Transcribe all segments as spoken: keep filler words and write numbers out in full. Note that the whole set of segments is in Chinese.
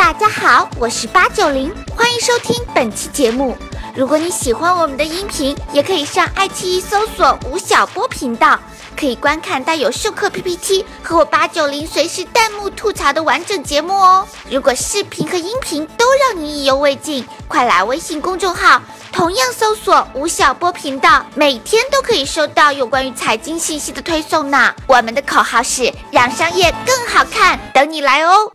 大家好，我是八九零，欢迎收听本期节目。如果你喜欢我们的音频，也可以上爱奇艺搜索吴晓波频道，可以观看带有授课 P P T 和我八九零随时弹幕吐槽的完整节目哦。如果视频和音频都让你意犹未尽，快来微信公众号同样搜索吴晓波频道，每天都可以收到有关于财经信息的推送呢。我们的口号是让商业更好看，等你来哦。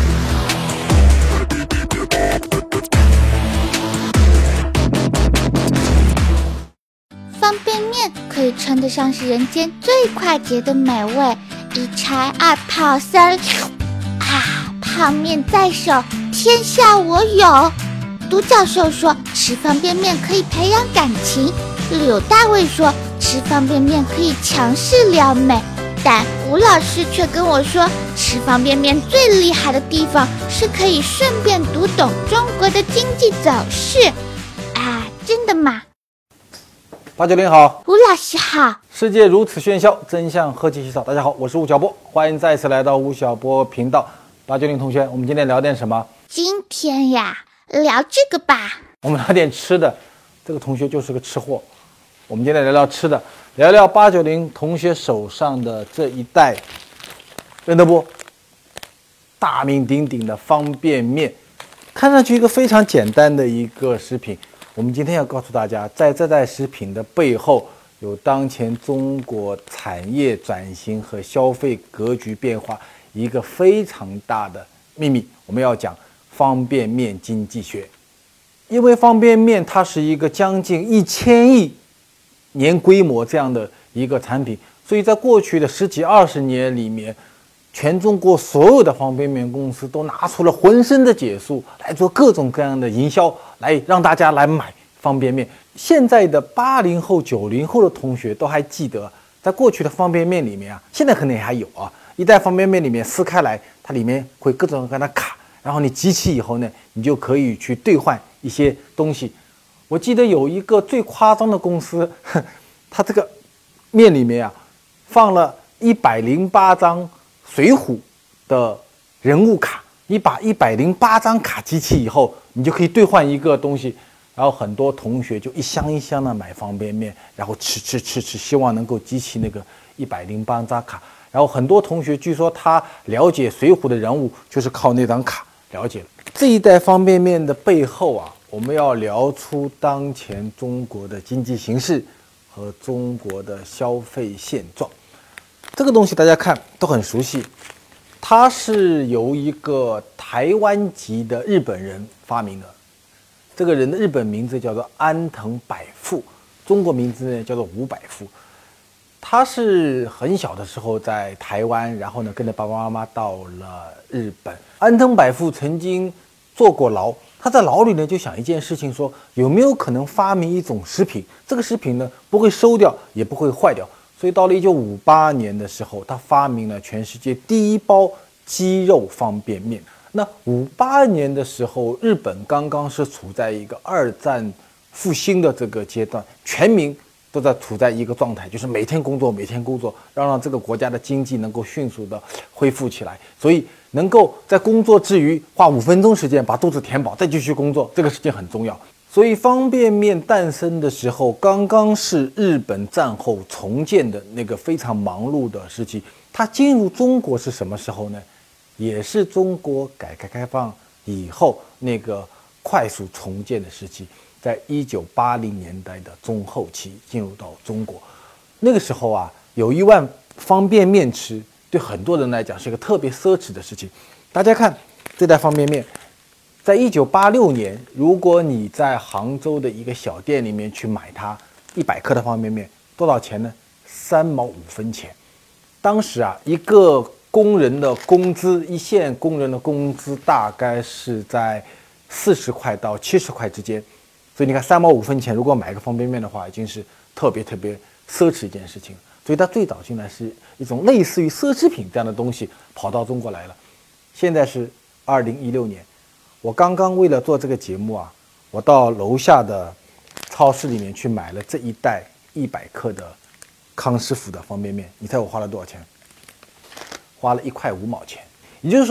方便面可以称得上是人间最快捷的美味，一拆二泡三啊，泡面在手，天下我有。都教授说吃方便面可以培养感情，柳大卫说吃方便面可以强势撩妹，但吴老师却跟我说吃方便面最厉害的地方是可以顺便读懂中国的经济走势。啊，真的吗？ 八九零好， 吴老师好。 世界如此喧嚣，真相何其稀少。大家好，我是吴晓波，欢迎再次来到吴晓波频道。八九零同学，我们今天聊点什么？ 今天呀，聊这个吧。 我们聊点吃的。这个同学就是个吃货。我们今天聊聊吃的，聊聊八九零同学手上的这一袋认得不？大名鼎鼎的方便面，看上去一个非常简单的一个食品。我们今天要告诉大家，在这袋食品的背后，有当前中国产业转型和消费格局变化一个非常大的秘密。我们要讲方便面经济学，因为方便面它是一个将近一千亿年规模这样的一个产品，所以在过去的十几二十年里面，全中国所有的方便面公司都拿出了浑身的解数来做各种各样的营销，来让大家来买方便面。现在的八零后九零后的同学都还记得，在过去的方便面里面啊，现在可能也还有啊，一袋方便面里面撕开来，它里面会各种各样的卡，然后你集齐以后呢，你就可以去兑换一些东西。我记得有一个最夸张的公司，它这个面里面啊放了一百零八张水浒的人物卡，你把一百零八张卡集齐以后，你就可以兑换一个东西。然后很多同学就一箱一箱的买方便面，然后吃吃吃吃，希望能够集齐那个一百零八张卡。然后很多同学据说他了解水浒的人物就是靠那张卡了解了。这一袋方便面的背后啊，我们要聊出当前中国的经济形势和中国的消费现状。这个东西大家看都很熟悉，它是由一个台湾籍的日本人发明的。这个人的日本名字叫做安藤百富，中国名字呢叫做吴百富。他是很小的时候在台湾，然后呢跟着爸爸妈妈到了日本。安藤百富曾经坐过牢，他在牢里呢就想一件事情，说有没有可能发明一种食品，这个食品呢不会馊掉也不会坏掉。所以到了一九五八年的时候，他发明了全世界第一包鸡肉方便面。那五八年的时候，日本刚刚是处在一个二战复兴的这个阶段，全民都在处在一个状态，就是每天工作，每天工作，让让这个国家的经济能够迅速的恢复起来。所以能够在工作之余花五分钟时间把肚子填饱，再继续工作，这个事情很重要。所以方便面诞生的时候，刚刚是日本战后重建的那个非常忙碌的时期。它进入中国是什么时候呢？也是中国改革开放以后那个快速重建的时期，在一九八零年代的中后期进入到中国。那个时候啊，有一碗方便面吃，对很多人来讲是一个特别奢侈的事情。大家看这袋方便面，在一九八六年，如果你在杭州的一个小店里面去买它一百克的方便面，多少钱呢？三毛五分钱。当时啊，一个工人的工资，一线工人的工资大概是在四十块到七十块之间，所以你看三毛五分钱，如果买个方便面的话，已经是特别特别奢侈一件事情。所以它最早进来是一种类似于奢侈品这样的东西跑到中国来了。现在是二零一六年，我刚刚为了做这个节目啊，我到楼下的超市里面去买了这一袋一百克的康师傅的方便面。你猜我花了多少钱？花了一块五毛钱。也就是说，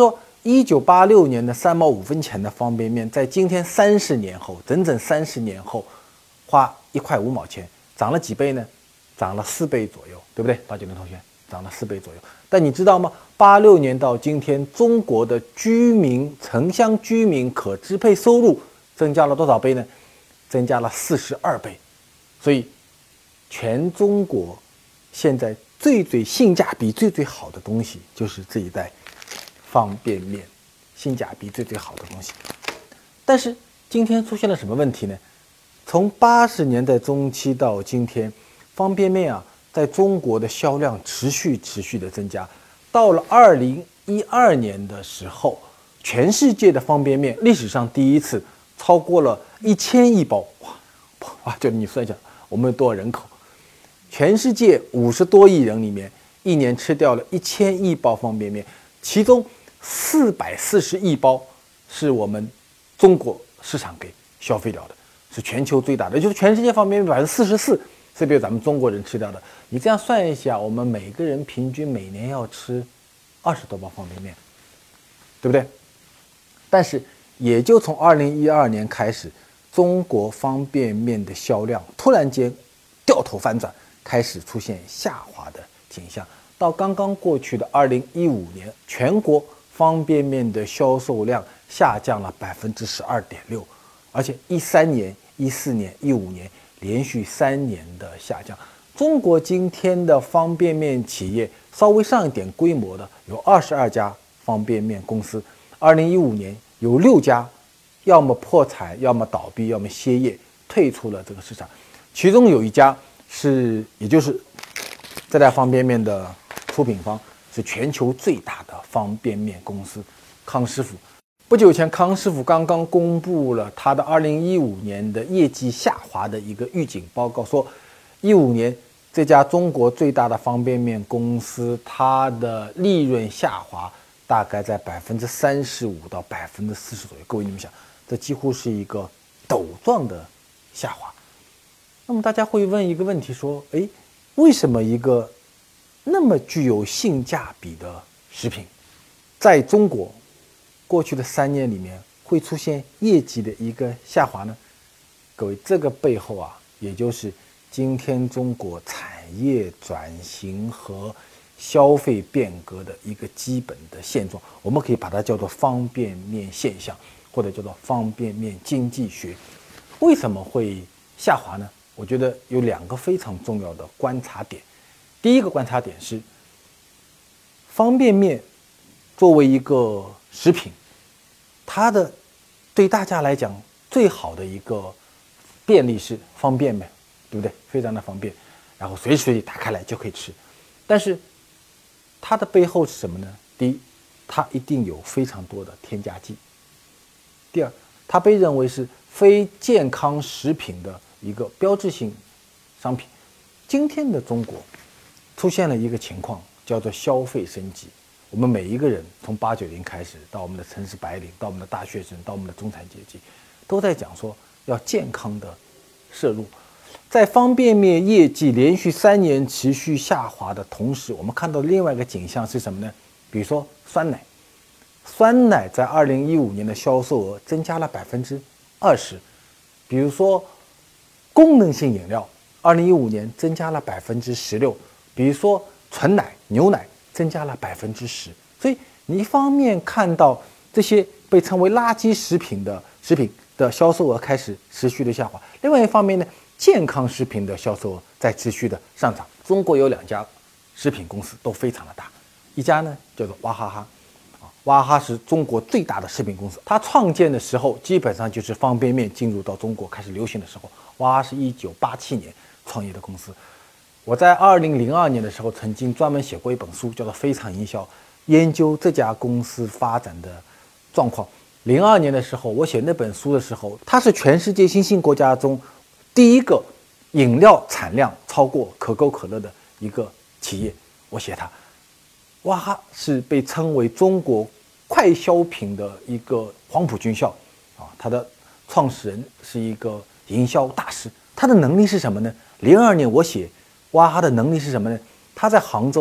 一九八六年的三毛五分钱的方便面，在今天三十年后，整整三十年后，花一块五毛钱，涨了几倍呢？涨了四倍左右，对不对？八九零同学，涨了四倍左右。但你知道吗？八六年到今天，中国的居民城乡居民可支配收入增加了多少倍呢？增加了四十二倍。所以，全中国现在最最性价比最最好的东西就是这一袋方便面，性价比最最好的东西。但是今天出现了什么问题呢？从八十年代中期到今天，方便面啊，在中国的销量持续持续的增加。到了二零一二年的时候，全世界的方便面历史上第一次超过了一千亿包。哇哇！就你算一下，我们有多少人口？全世界五十多亿人里面，一年吃掉了一千亿包方便面，其中四百四十亿包是我们中国市场给消费掉的，是全球最大的，也就是全世界方便面百分之四十四是被咱们中国人吃掉的。你这样算一下，我们每个人平均每年要吃二十多包方便面，对不对？但是也就从二零一二年开始，中国方便面的销量突然间掉头反转，开始出现下滑的倾向。到刚刚过去的二零一五年，全国方便面的销售量下降了百分之十二点六，而且一三年、一四年、一五年连续三年的下降。中国今天的方便面企业稍微上一点规模的有二十二家方便面公司，二零一五年有六家要么破产，要么倒闭，要么歇业，退出了这个市场。其中有一家是，也就是这袋方便面的出品方，是全球最大的方便面公司康师傅。不久前，康师傅刚刚公布了他的二零一五年的业绩下滑的一个预警报告，说一五年这家中国最大的方便面公司，它的利润下滑大概在百分之三十五到百分之四十左右。各位你们想，这几乎是一个陡状的下滑。那么大家会问一个问题，说，哎，为什么一个那么具有性价比的食品，在中国过去的三年里面会出现业绩的一个下滑呢？各位，这个背后啊，也就是今天中国产业转型和消费变革的一个基本的现状，我们可以把它叫做方便面现象，或者叫做方便面经济学。为什么会下滑呢？我觉得有两个非常重要的观察点。第一个观察点是，方便面作为一个食品，它的对大家来讲最好的一个便利是方便面，对不对？非常的方便，然后随时随地打开来就可以吃。但是它的背后是什么呢？第一，它一定有非常多的添加剂；第二，它被认为是非健康食品的一个标志性商品。今天的中国出现了一个情况，叫做消费升级。我们每一个人从八九零开始，到我们的城市白领，到我们的大学生，到我们的中产阶级，都在讲说要健康的摄入。在方便面业绩连续三年持续下滑的同时，我们看到另外一个景象是什么呢？比如说酸奶，酸奶在二零一五年的销售额增加了百分之二十。比如说功能性饮料，二零一五年增加了百分之十六。比如说纯奶、牛奶增加了百分之十。所以你一方面看到这些被称为垃圾食品的食品的销售额开始持续的下滑，另外一方面呢，健康食品的销售额在持续的上涨。中国有两家食品公司都非常的大，一家呢叫做娃哈哈，啊，娃哈哈是中国最大的食品公司。它创建的时候基本上就是方便面进入到中国开始流行的时候。娃哈哈是一九八七年创业的公司。我在二零零二年的时候曾经专门写过一本书，叫做《非常营销》，研究这家公司发展的状况。零二年的时候，我写那本书的时候，它是全世界新兴国家中第一个饮料产量超过可口可乐的一个企业。我写它，哇哈是被称为中国快消品的一个黄埔军校啊，它的创始人是一个营销大师。他的能力是什么呢？零二年我写娃哈哈的能力是什么呢？他在杭州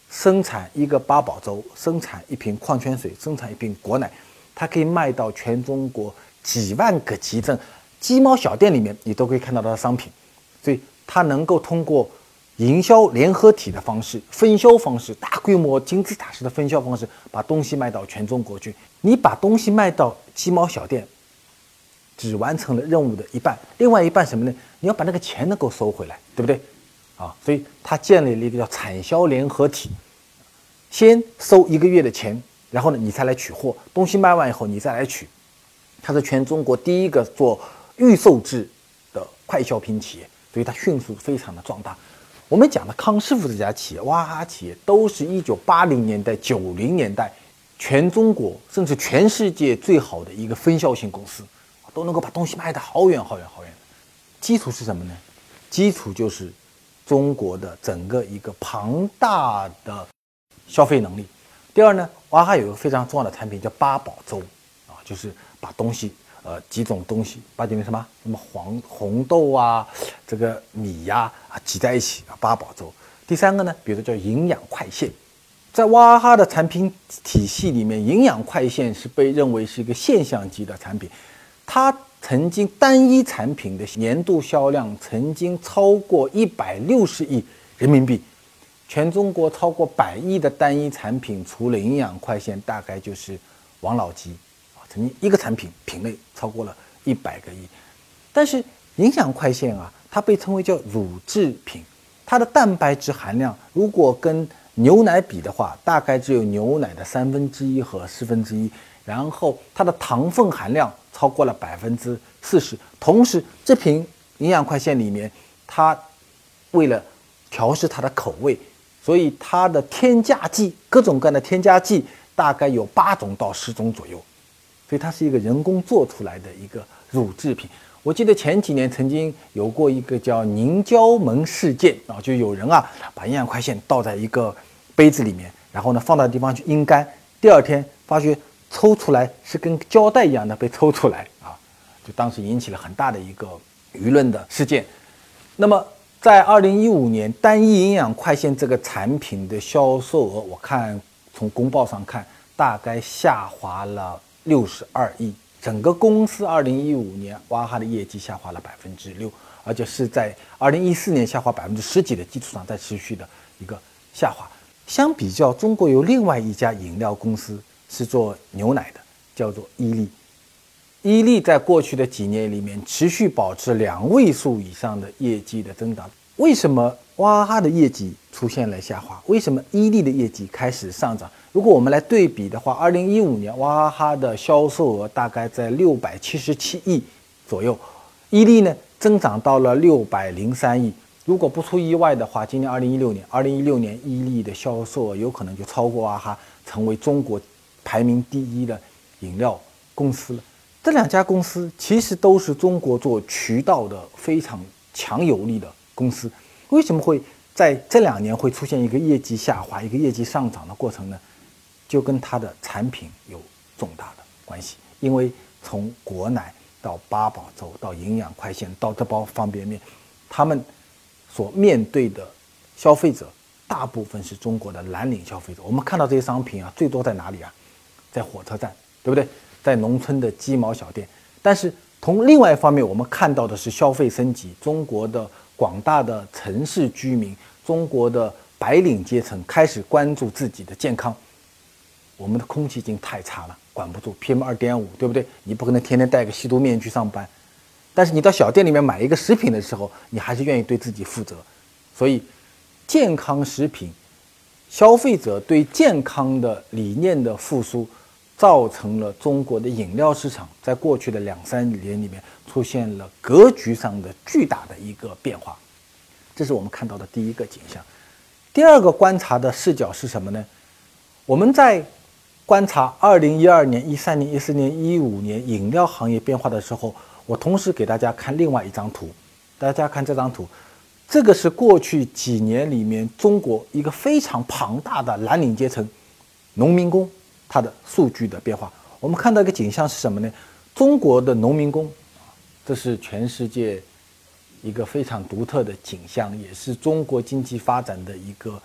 生产一个八宝粥，生产一瓶矿泉水，生产一瓶果奶，它可以卖到全中国几万个集镇，鸡毛小店里面你都可以看到它的商品。所以它能够通过营销联合体的方式、分销方式、大规模金字塔式的分销方式，把东西卖到全中国去。你把东西卖到鸡毛小店，只完成了任务的一半，另外一半什么呢？你要把那个钱能够收回来，对不对？啊，所以他建立了一个叫产销联合体，先收一个月的钱，然后呢，你才来取货，东西卖完以后你再来取。它是全中国第一个做预售制的快消品企业，所以它迅速非常的壮大。我们讲的康师傅这家企业、娃哈哈企业，都是一九八零年代、九零年代全中国甚至全世界最好的一个分销型公司，都能够把东西卖得好远好远好远。基础是什么呢？基础就是中国的整个一个庞大的消费能力。第二呢，娃哈哈有一个非常重要的产品叫八宝粥啊，就是把东西呃几种东西，八九零什么什么黄红豆啊，这个米呀 啊, 啊挤在一起啊，八宝粥。第三个呢，比如说叫营养快线，在娃哈哈的产品体系里面，营养快线是被认为是一个现象级的产品，它曾经单一产品的年度销量曾经超过一百六十亿人民币。全中国超过百亿的单一产品，除了营养快线，大概就是王老吉啊，曾经一个产品品类超过了一百个亿。但是营养快线啊，它被称为叫乳制品，它的蛋白质含量如果跟牛奶比的话，大概只有牛奶的三分之一和四分之一，然后它的糖分含量超过了百分之四十。同时，这瓶营养快线里面，它为了调试它的口味，所以它的添加剂，各种各样的添加剂大概有八种到十种左右，所以它是一个人工做出来的一个乳制品。我记得前几年曾经有过一个叫凝胶门事件啊，就有人啊把营养快线倒在一个杯子里面，然后呢放到地方去阴干，第二天发觉抽出来是跟胶带一样的被抽出来啊，就当时引起了很大的一个舆论的事件。那么在二零一五年，单一营养快线这个产品的销售额，我看从公报上看，大概下滑了六十二亿。整个公司二零一五年娃哈哈的业绩下滑了百分之六，而且是在二零一四年下滑百分之十几的基础上，在持续的一个下滑。相比较，中国有另外一家饮料公司是做牛奶的，叫做伊利。伊利在过去的几年里面持续保持两位数以上的业绩的增长。为什么娃哈哈的业绩出现了下滑？为什么伊利的业绩开始上涨？如果我们来对比的话，二零一五年娃哈哈的销售额大概在六百七十七亿左右，伊利呢增长到了六百零三亿。如果不出意外的话，今年二零一六年，二零一六年伊利的销售额有可能就超过娃哈哈，成为中国排名第一的饮料公司了。这两家公司其实都是中国做渠道的非常强有力的公司，为什么会在这两年会出现一个业绩下滑、一个业绩上涨的过程呢？就跟它的产品有重大的关系。因为从果奶到八宝粥到营养快线到这包方便面，他们所面对的消费者大部分是中国的蓝领消费者。我们看到这些商品啊，最多在哪里啊？在火车站，对不对？在农村的鸡毛小店。但是从另外一方面，我们看到的是消费升级，中国的广大的城市居民，中国的白领阶层开始关注自己的健康。我们的空气已经太差了，管不住 P M 二点五， 对不对？你不可能天天戴个吸毒面具上班，但是你到小店里面买一个食品的时候，你还是愿意对自己负责。所以健康食品，消费者对健康的理念的复苏，造成了中国的饮料市场在过去的两三年里面出现了格局上的巨大的一个变化。这是我们看到的第一个景象。第二个观察的视角是什么呢？我们在观察二零一二年、一三年、一四年、一五年饮料行业变化的时候，我同时给大家看另外一张图。大家看这张图，这个是过去几年里面中国一个非常庞大的蓝领阶层农民工它的数据的变化。我们看到一个景象是什么呢？中国的农民工，这是全世界一个非常独特的景象，也是中国经济发展的一个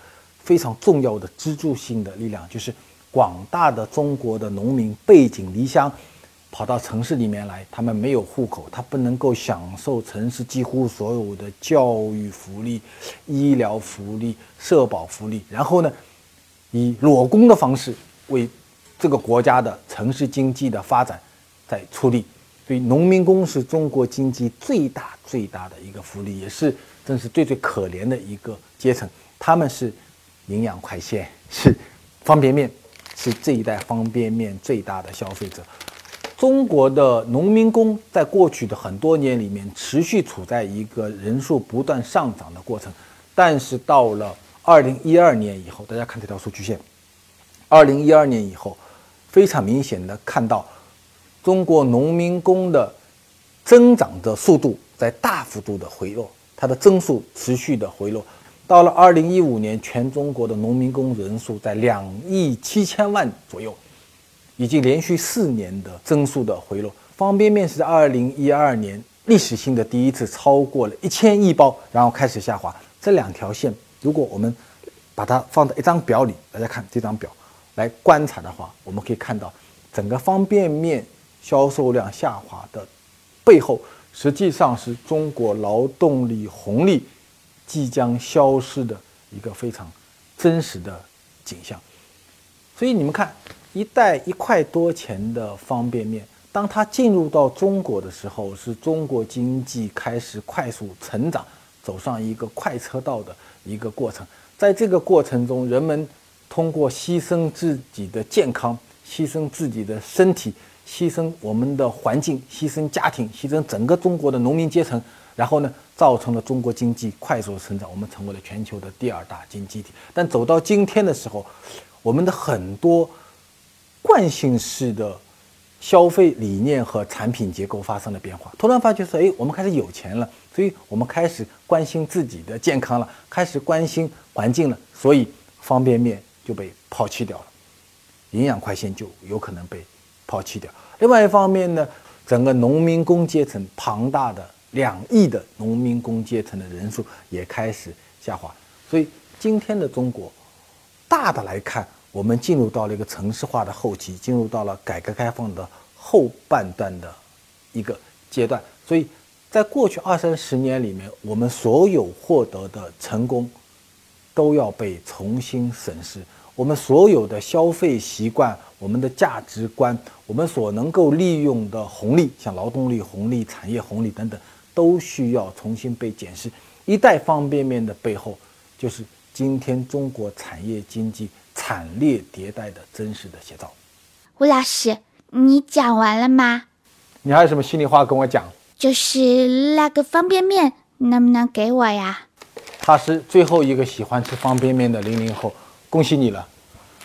非常重要的支柱性的力量，就是广大的中国的农民背井离乡，跑到城市里面来，他们没有户口，他不能够享受城市几乎所有的教育福利、医疗福利、社保福利，然后呢，以裸工的方式为这个国家的城市经济的发展在出力。所以农民工是中国经济最大最大的一个福利，也是真是最最可怜的一个阶层。他们是营养快线，是方便面，是这一代方便面最大的消费者。中国的农民工在过去的很多年里面持续处在一个人数不断上涨的过程，但是到了二零一二年以后，大家看这条数据线，二零一二年以后，非常明显的看到中国农民工的增长的速度在大幅度的回落，它的增速持续的回落。到了二零一五年，全中国的农民工人数在两亿七千万左右，已经连续四年的增速的回落。方便面是在二零一二年历史性的第一次超过了一千亿包，然后开始下滑。这两条线，如果我们把它放在一张表里，大家看这张表来观察的话，我们可以看到整个方便面销售量下滑的背后，实际上是中国劳动力红利即将消失的一个非常真实的景象。所以你们看，一袋一块多钱的方便面，当它进入到中国的时候，是中国经济开始快速成长，走上一个快车道的一个过程。在这个过程中，人们通过牺牲自己的健康，牺牲自己的身体，牺牲我们的环境，牺牲家庭，牺牲整个中国的农民阶层，然后呢，造成了中国经济快速成长，我们成为了全球的第二大经济体。但走到今天的时候，我们的很多惯性式的消费理念和产品结构发生了变化，突然发觉说，哎，我们开始有钱了，所以我们开始关心自己的健康了，开始关心环境了，所以方便面就被抛弃掉了，营养快线就有可能被抛弃掉。另外一方面呢，整个农民工阶层庞大的两亿的农民工阶层的人数也开始下滑。所以今天的中国，大的来看，我们进入到了一个城市化的后期，进入到了改革开放的后半段的一个阶段。所以在过去二三十年里面，我们所有获得的成功都要被重新审视。我们所有的消费习惯，我们的价值观，我们所能够利用的红利，像劳动力红利、产业红利等等，都需要重新被检视。一袋方便面的背后，就是今天中国产业经济惨烈迭代的真实的写照。 吴老师，你讲完了吗？ 你还有什么心里话跟我讲？ 就是那个方便面能不能给我呀？ 他是最后一个喜欢吃方便面的零零后，恭喜你了。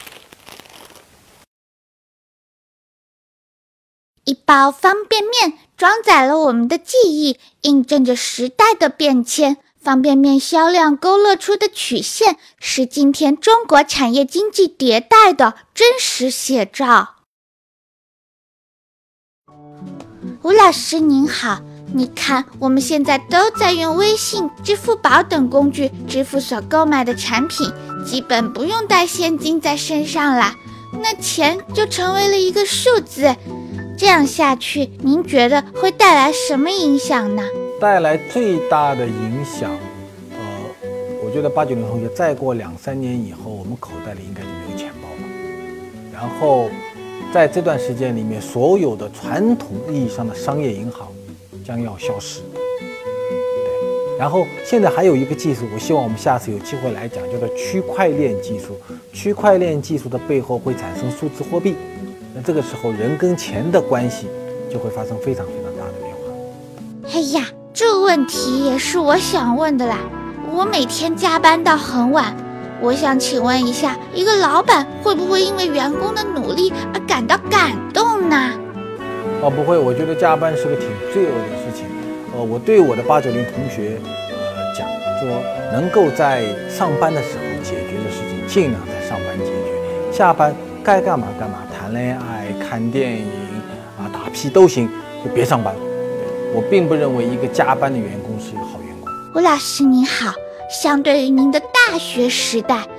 一包方便面装载了我们的记忆，印证着时代的变迁。方便面销量勾勒出的曲线，是今天中国产业经济迭代的真实写照。吴老师您好，你看我们现在都在用微信、支付宝等工具支付所购买的产品，基本不用带现金在身上了，那钱就成为了一个数字。这样下去，您觉得会带来什么影响呢？ 带来最大的影响，呃，我觉得八九零同学再过两三年以后，我们口袋里应该就没有钱包了。然后，在这段时间里面，所有的传统意义上的商业银行将要消失。对，然后现在还有一个技术，我希望我们下次有机会来讲，叫做区块链技术。区块链技术的背后会产生数字货币，那这个时候人跟钱的关系就会发生非常非常大的变化。 哎呀，这个问题也是我想问的啦。我每天加班到很晚，我想请问一下，一个老板会不会因为员工的努力而感到感动呢？ 哦，不会，我觉得加班是个挺罪恶的事情。呃，我对我的八九零同学呃讲说，能够在上班的时候解决的事情，尽量在上班解决，下班该干嘛干嘛，谈恋爱、看电影啊、打屁都行，就别上班。我并不认为一个加班的员工是一个好员工。 吴老师您好，相对于您的大学时代，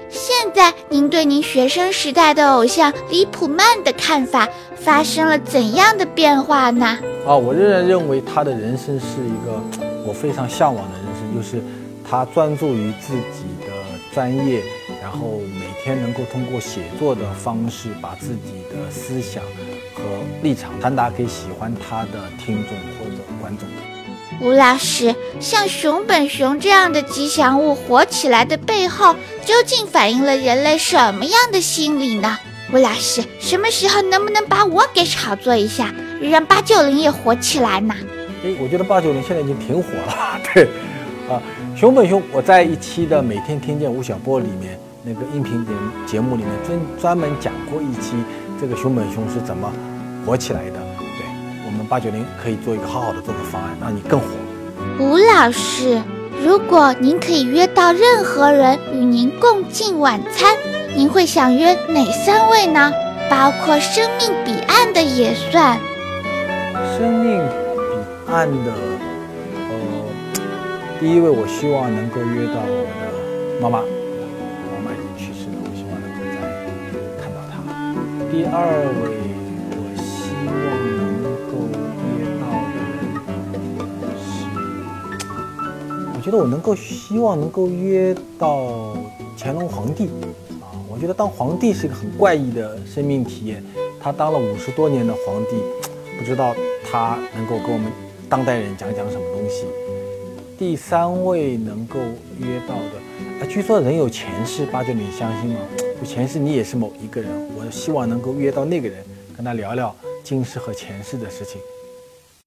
现在您对您学生时代的偶像李普曼的看法发生了怎样的变化呢？ 啊，我仍然认为他的人生是一个我非常向往的人生，就是他专注于自己的专业，然后每天能够通过写作的方式把自己的思想和立场传达给喜欢他的听众或者观众。 吴老师，像熊本熊这样的吉祥物火起来的背后，究竟反映了人类什么样的心理呢？吴老师，什么时候能不能把我给炒作一下，让八九零也火起来呢？ 诶，我觉得八九零现在已经挺火了，对，啊，熊本熊，我在一期的每天听见吴晓波里面那个音频节节目里面专专门讲过一期这个熊本熊是怎么火起来的。对，我们八九零可以做一个好好的做个方案，让你更火。 吴老师，如果您可以约到任何人与您共进晚餐，您会想约哪三位呢？包括生命彼岸的也算。 生命彼岸的，呃，第一位我希望能够约到我的妈妈，我妈妈已经去世了，我希望能够再看到她。第二位我希望能够约到的是，我觉得我能够希望能够约到乾隆皇帝啊，我觉得当皇帝是一个很怪异的生命体验，他当了五十多年的皇帝，不知道他能够跟我们当代人讲讲什么东西。第三位能够约到的，啊，据说人有前世，八九你相信吗？就前世你也是某一个人，我希望能够约到那个人，跟他聊聊今世和前世的事情。